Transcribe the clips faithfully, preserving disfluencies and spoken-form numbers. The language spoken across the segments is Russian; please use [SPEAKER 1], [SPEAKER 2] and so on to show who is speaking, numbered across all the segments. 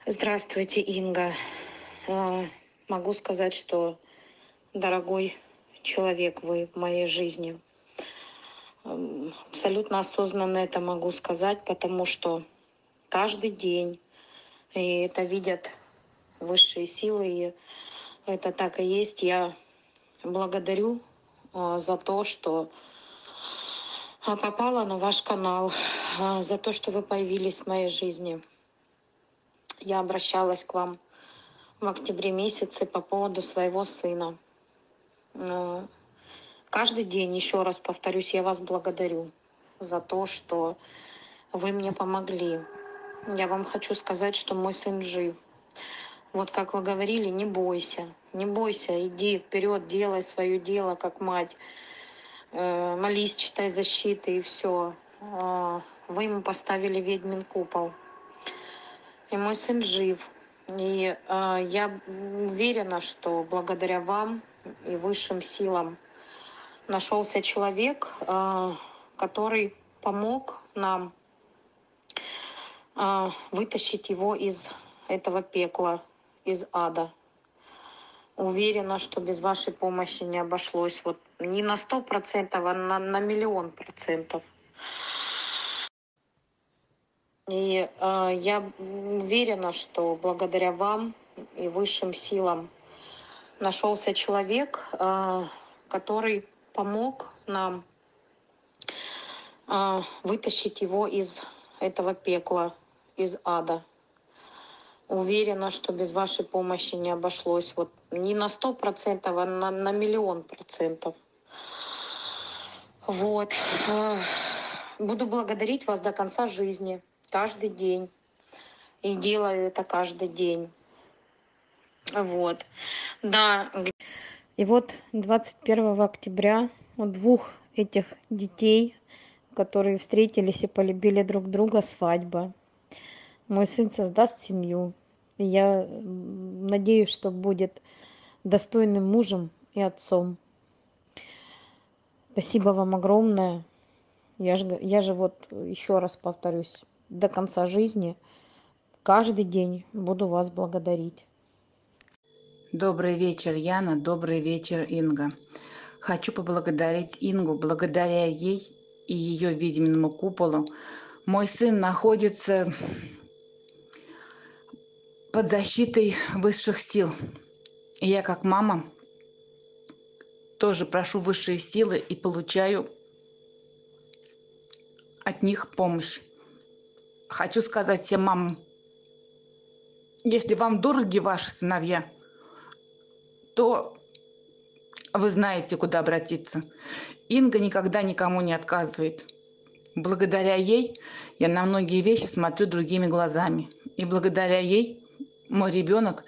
[SPEAKER 1] Здравствуйте, Инга. А, Могу сказать, что дорогой человек вы в моей жизни. Ам, Абсолютно осознанно это могу сказать, потому что каждый день, и это видят высшие силы, и это так и есть, я благодарю а, за то, что а, попала на ваш канал, а, за то, что вы появились в моей жизни. Я обращалась к вам в октябре месяце по поводу своего сына. Э, Каждый день, еще раз повторюсь, я вас благодарю за то, что вы мне помогли. Я вам хочу сказать, что мой сын жив. Вот как вы говорили, не бойся, не бойся, иди вперед, делай свое дело, как мать. Э, Молись, читай защиты и все. Вы ему поставили ведьмин купол. И мой сын жив. И э, я уверена, что благодаря вам и высшим силам нашелся человек, э, который помог нам э, вытащить его из этого пекла, из ада. Уверена, что без вашей помощи не обошлось. Вот не на сто процентов, а на, на миллион процентов. И э, я уверена, что благодаря вам и высшим силам нашелся человек, э, который помог нам э, вытащить его из этого пекла, из ада. Уверена, что без вашей помощи не обошлось. Вот не на сто процентов, а на, на миллион процентов. Вот. Э, Буду благодарить вас до конца жизни, каждый день. И делаю это каждый день. Вот. Да. И вот двадцать первого октября у двух этих детей, которые встретились и полюбили друг друга, свадьба. Мой сын создаст семью. И я надеюсь, что будет достойным мужем и отцом. Спасибо вам огромное. Я же, я же вот еще раз повторюсь, до конца жизни каждый день буду вас благодарить.
[SPEAKER 2] Добрый вечер, Яна. Добрый вечер, Инга. Хочу поблагодарить Ингу. Благодаря ей и ее ведьминому куполу мой сын находится под защитой высших сил. И я, как мама, тоже прошу высшие силы и получаю от них помощь. Хочу сказать всем мамам, если вам дороги ваши сыновья, то вы знаете, куда обратиться. Инга никогда никому не отказывает. Благодаря ей я на многие вещи смотрю другими глазами. И благодаря ей мой ребенок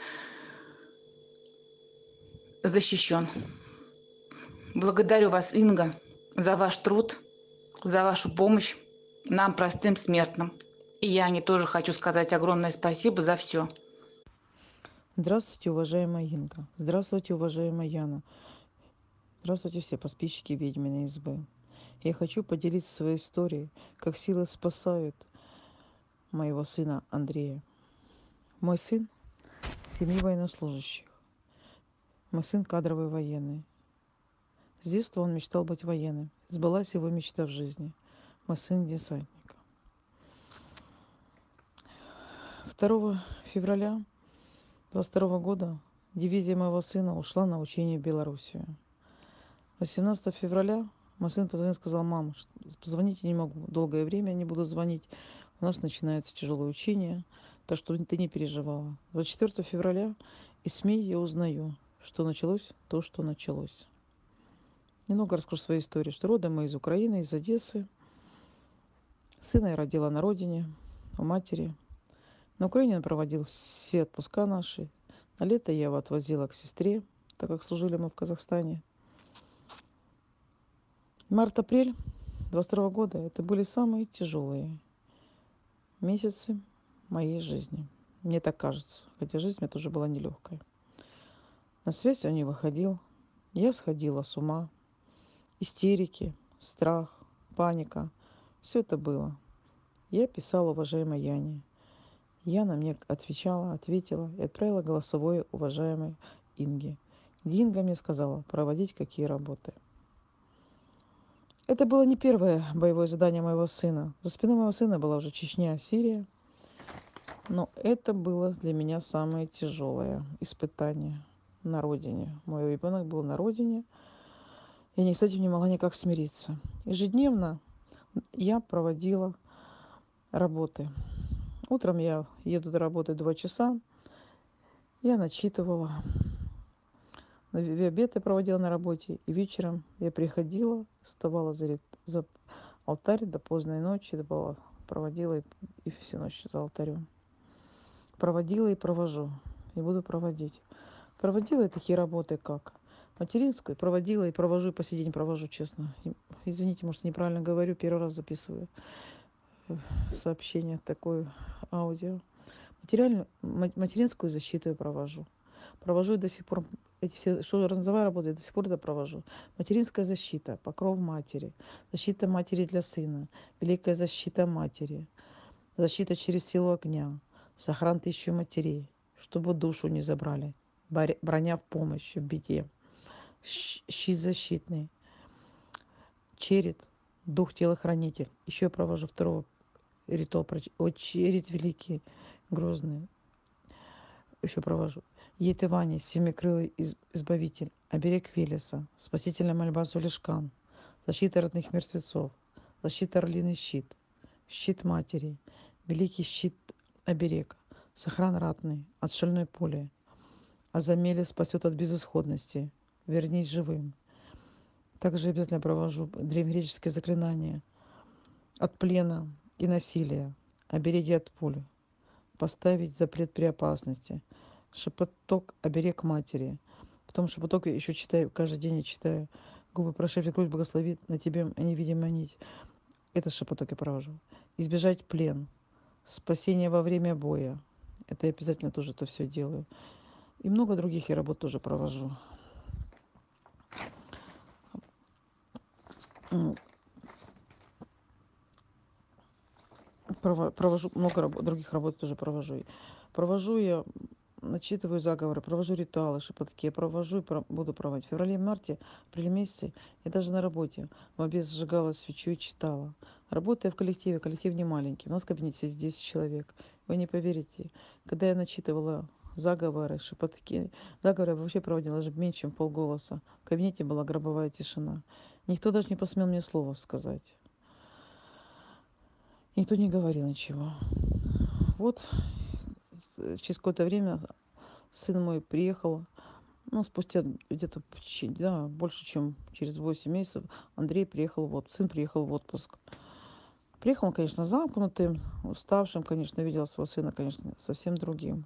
[SPEAKER 2] защищен. Благодарю вас, Инга, за ваш труд, за вашу помощь нам, простым смертным. И я не тоже хочу сказать огромное спасибо за все.
[SPEAKER 3] Здравствуйте, уважаемая Инга. Здравствуйте, уважаемая Яна. Здравствуйте все подписчики Ведьминой избы. Я хочу поделиться своей историей, как силы спасают моего сына Андрея. Мой сын – семьи военнослужащих. Мой сын – кадровый военный. С детства он мечтал быть военным. Сбылась его мечта в жизни. Мой сын – десантник. второго февраля двадцать второго года дивизия моего сына ушла на учение в Белоруссию. восемнадцатого февраля мой сын позвонил и сказал: мама, позвонить не могу, долгое время не буду звонить, у нас начинается тяжелое учение, так что ты не переживала. двадцать четвёртого февраля из СМИ я узнаю, что началось то, что началось. Немного расскажу свою историю, что родом мы из Украины, из Одессы. Сына я родила на родине, у матери. На Украине он проводил все отпуска наши. На лето я его отвозила к сестре, так как служили мы в Казахстане. Март-апрель двадцать второго года – это были самые тяжелые месяцы моей жизни. Мне так кажется, хотя жизнь у меня тоже была нелегкая. На связь он не выходил, я сходила с ума. Истерики, страх, паника – все это было. Я писала уважаемой Яне. Яна мне отвечала, ответила и отправила голосовое уважаемой Инге, где Инга мне сказала проводить какие работы. Это было не первое боевое задание моего сына. За спиной моего сына была уже Чечня, Сирия. Но это было для меня самое тяжелое испытание на родине. Мой ребенок был на родине. Я с этим не могла никак смириться. Ежедневно я проводила работы. Утром я еду до работы два часа. Я начитывала. В обед я проводила на работе. И вечером я приходила, вставала за, за алтарь до поздней ночи. Была, проводила и, и всю ночь за алтарем. Проводила и провожу. И буду проводить. Проводила я такие работы, как материнскую. Проводила и провожу, и по сей день провожу, честно. Извините, может, неправильно говорю. Первый раз записываю сообщение, такое аудио. Материальную, материнскую защиту я провожу. Провожу и до сих пор, эти все, что разновая работа, я до сих пор это провожу. Материнская защита, покров матери, защита матери для сына, великая защита матери, защита через силу огня, сохран тысячи матерей, чтобы душу не забрали, броня в помощь в беде, щит защитный, черед, дух телохранитель. Еще я провожу второго ритуал, о, черед великий, грозный. Еще провожу. Етывани, семикрылый избавитель, оберег Велеса, спасительная мольба Зулишкан, защита родных мертвецов, защита орлиный щит, щит матери, великий щит оберег, сохран ратный от шальной пули, Азамеля спасет от безысходности, вернись живым. Также обязательно провожу древнегреческие заклинания от плена и насилия, обереги от пули, поставить запрет при опасности, шепоток оберег матери. Потом шепоток я еще читаю, каждый день я читаю. Губы прошепчет, грудь благословит, на тебе невидимая нить. Это шепоток я провожу. Избежать плен, спасение во время боя. Это я обязательно тоже это все делаю. И много других я работ тоже провожу. Провожу много работ, других работ тоже провожу. Провожу я, начитываю заговоры, провожу ритуалы, шепотки, я провожу и про, буду проводить. В феврале-марте, апреле месяце я даже на работе в обед сжигала свечу и читала. Работаю в коллективе, коллектив не маленький, у нас в кабинете сидит десять человек. Вы не поверите, когда я начитывала заговоры, шепотки, заговоры я вообще проводила даже меньше, чем полголоса. В кабинете была гробовая тишина. Никто даже не посмел мне слова сказать. Никто не говорил ничего. Вот через какое-то время сын мой приехал, ну, спустя где-то да, больше, чем через восемь месяцев, Андрей приехал, вот, сын приехал в отпуск. Приехал он, конечно, замкнутым, уставшим, конечно, видел своего сына, конечно, совсем другим.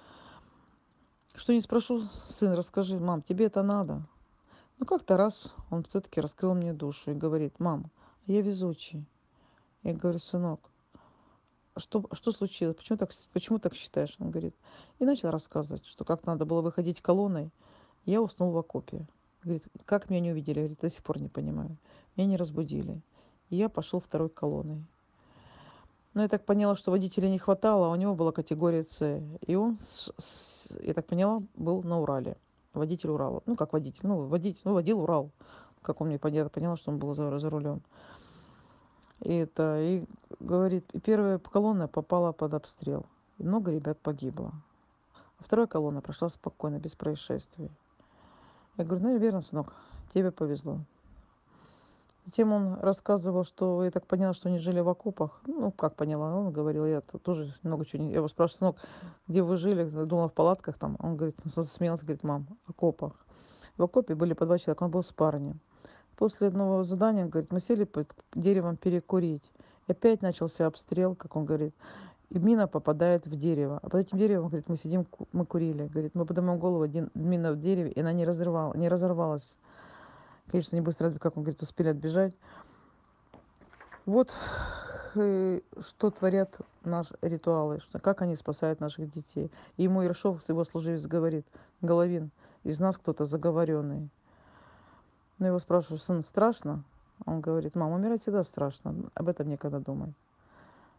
[SPEAKER 3] Что не спрошу, сын, расскажи, мам, тебе это надо? Ну, как-то раз он все-таки раскрыл мне душу и говорит, мам, я везучий. Я говорю, сынок, что, что случилось? Почему так, почему так считаешь? Он говорит, и начал рассказывать, что как надо было выходить колонной. Я уснул в окопе. Говорит, как меня не увидели? Говорит, до сих пор не понимаю. Меня не разбудили. И я пошел второй колонной. Но я так поняла, что водителя не хватало, а у него была категория С. И он, я так поняла, был на Урале. Водитель Урала. Ну, как водитель. Ну, водитель, ну, водил Урал. Как он мне поняла, поняла, что он был за, за рулем. И это, и говорит, и первая колонна попала под обстрел. И много ребят погибло. А вторая колонна прошла спокойно, без происшествий. Я говорю, ну, верно, сынок, тебе повезло. Затем он рассказывал, что я так поняла, что они жили в окопах. Ну, как поняла, он говорил, я тоже много чего не... Я его спрашиваю, сынок, где вы жили? Я думала, в палатках там. Он говорит, засмеялся, говорит, мам, в окопах. В окопе были по два человека, он был с парнем. После одного задания, говорит, мы сели под деревом перекурить. И опять начался обстрел, как он говорит. И мина попадает в дерево. А под этим деревом, говорит, мы сидим, мы курили. Говорит, мы поднимаем голову, один, мина в дереве, и она не, разрывала, не разорвалась. Конечно, не быстро, как он говорит, успели отбежать. Вот э, что творят наши ритуалы, что, как они спасают наших детей. И ему Ершов, его служивец, говорит, Головин, из нас кто-то заговоренный. Но его спрашиваю, сын, страшно? Он говорит, мам, умирать всегда страшно, об этом некогда думать.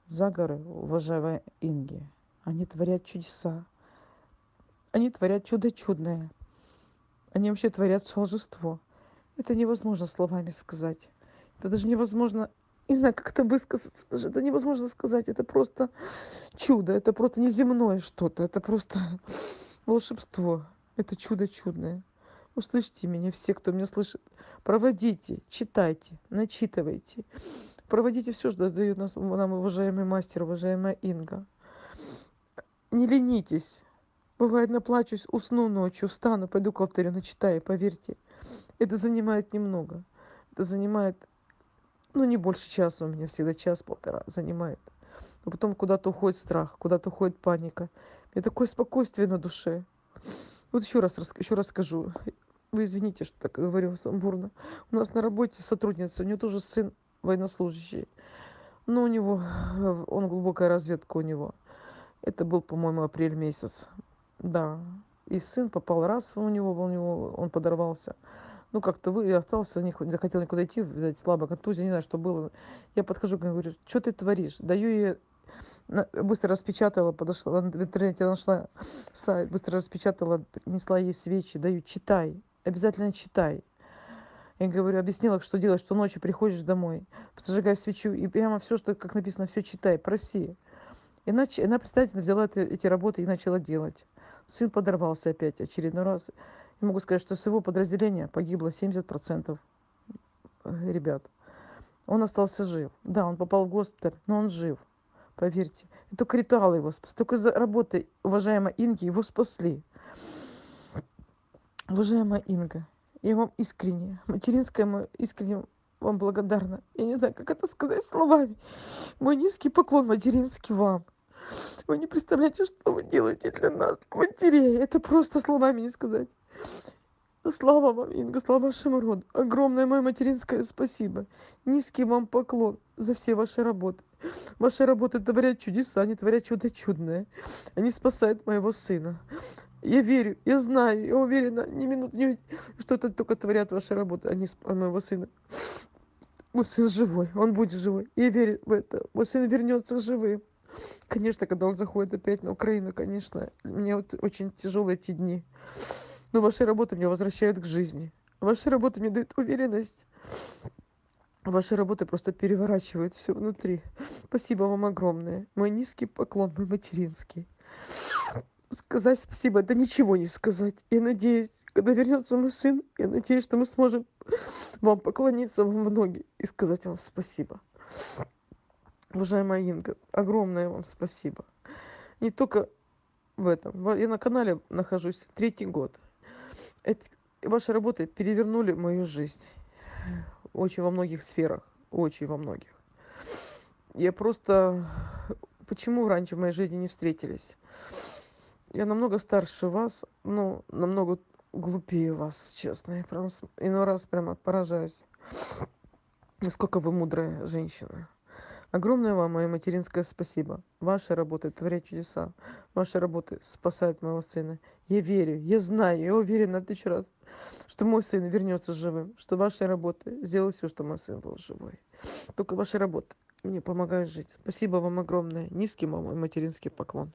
[SPEAKER 3] заговоры, уважаемые Инги, они творят чудеса. Они творят чудо чудное. Они вообще творят волшебство. Это невозможно словами сказать. Это даже невозможно, не знаю, как это высказаться. Даже это невозможно сказать. Это просто чудо. Это просто неземное что-то. Это просто волшебство. Это чудо чудное. Услышьте меня, все, кто меня слышит. Проводите, читайте, начитывайте. Проводите все, что дает нас, нам уважаемый мастер, уважаемая Инга. Не ленитесь. Бывает, наплачусь, усну ночью, встану, пойду к алтарю, начитаю, поверьте. Это занимает немного. Это занимает, ну, не больше часа у меня, всегда час-полтора занимает. Но потом куда-то уходит страх, куда-то уходит паника. И такое спокойствие на душе. Вот еще раз, еще раз скажу. Вы извините, что так говорю сумбурно. У нас на работе сотрудница, у нее тоже сын военнослужащий. Но у него, он глубокая разведка у него. Это был, по-моему, апрель месяц. Да. И сын попал раз у него, у него он подорвался. Ну, как-то вы остался, не захотел никуда идти, видать, слабо контузия, не знаю, что было. Я подхожу к нему, говорю, что ты творишь? Даю ей, быстро распечатала, подошла, в интернете нашла сайт, быстро распечатала, принесла ей свечи, даю, читай, обязательно читай. Я говорю, объяснила, что делать, что ночью приходишь домой, зажигай свечу, и прямо все, что, как написано, все читай, проси. Иначе она, представительно, взяла эти, эти работы и начала делать. Сын подорвался опять очередной раз. Я могу сказать, что с его подразделения погибло семьдесят процентов ребят. Он остался жив. Да, он попал в госпиталь, но он жив. Поверьте. И только ритуалы его спасли. Только за работой, уважаемая Инги, его спасли. Уважаемая Инга, я вам искренне, материнская моя, искренне вам благодарна. Я не знаю, как это сказать словами. Мой низкий поклон материнский вам. Вы не представляете, что вы делаете для нас, матерей. Это просто словами не сказать. Слава вам, Инга, слава вашему роду. Огромное мое материнское спасибо. Низкий вам поклон за все ваши работы. Ваши работы творят чудеса, они творят чудо чудное. Они спасают моего сына. Я верю, я знаю, я уверена, ни минуты, не, что это только творят ваши работы, они спасают моего сына. Мой сын живой, он будет живой. Я верю в это. Мой сын вернется живым. Конечно, когда он заходит опять на Украину, конечно, мне вот очень тяжелые эти дни. Но ваши работы меня возвращают к жизни. Ваши работы мне дают уверенность. Ваши работы просто переворачивают все внутри. Спасибо вам огромное. Мой низкий поклон, мой материнский. Сказать спасибо, это ничего не сказать. Я надеюсь, когда вернется мой сын, я надеюсь, что мы сможем вам поклониться вам в ноги и сказать вам спасибо. Уважаемая Инга, огромное вам спасибо. Не только в этом. Я на канале нахожусь третий год. Эти, ваши работы перевернули мою жизнь. Очень во многих сферах. Очень во многих. Я просто... Почему раньше в моей жизни не встретились? Я намного старше вас, но намного глупее вас, честно. Я прям иной раз прямо поражаюсь. Насколько вы мудрая женщина. Огромное вам мое материнское спасибо. Ваши работы творят чудеса. Ваши работы спасают моего сына. Я верю, я знаю, я уверена тысячу раз, что мой сын вернется живым. Что ваши работы сделают все, что мой сын был живой. Только ваши работы мне помогают жить. Спасибо вам огромное. Низкий мой материнский поклон.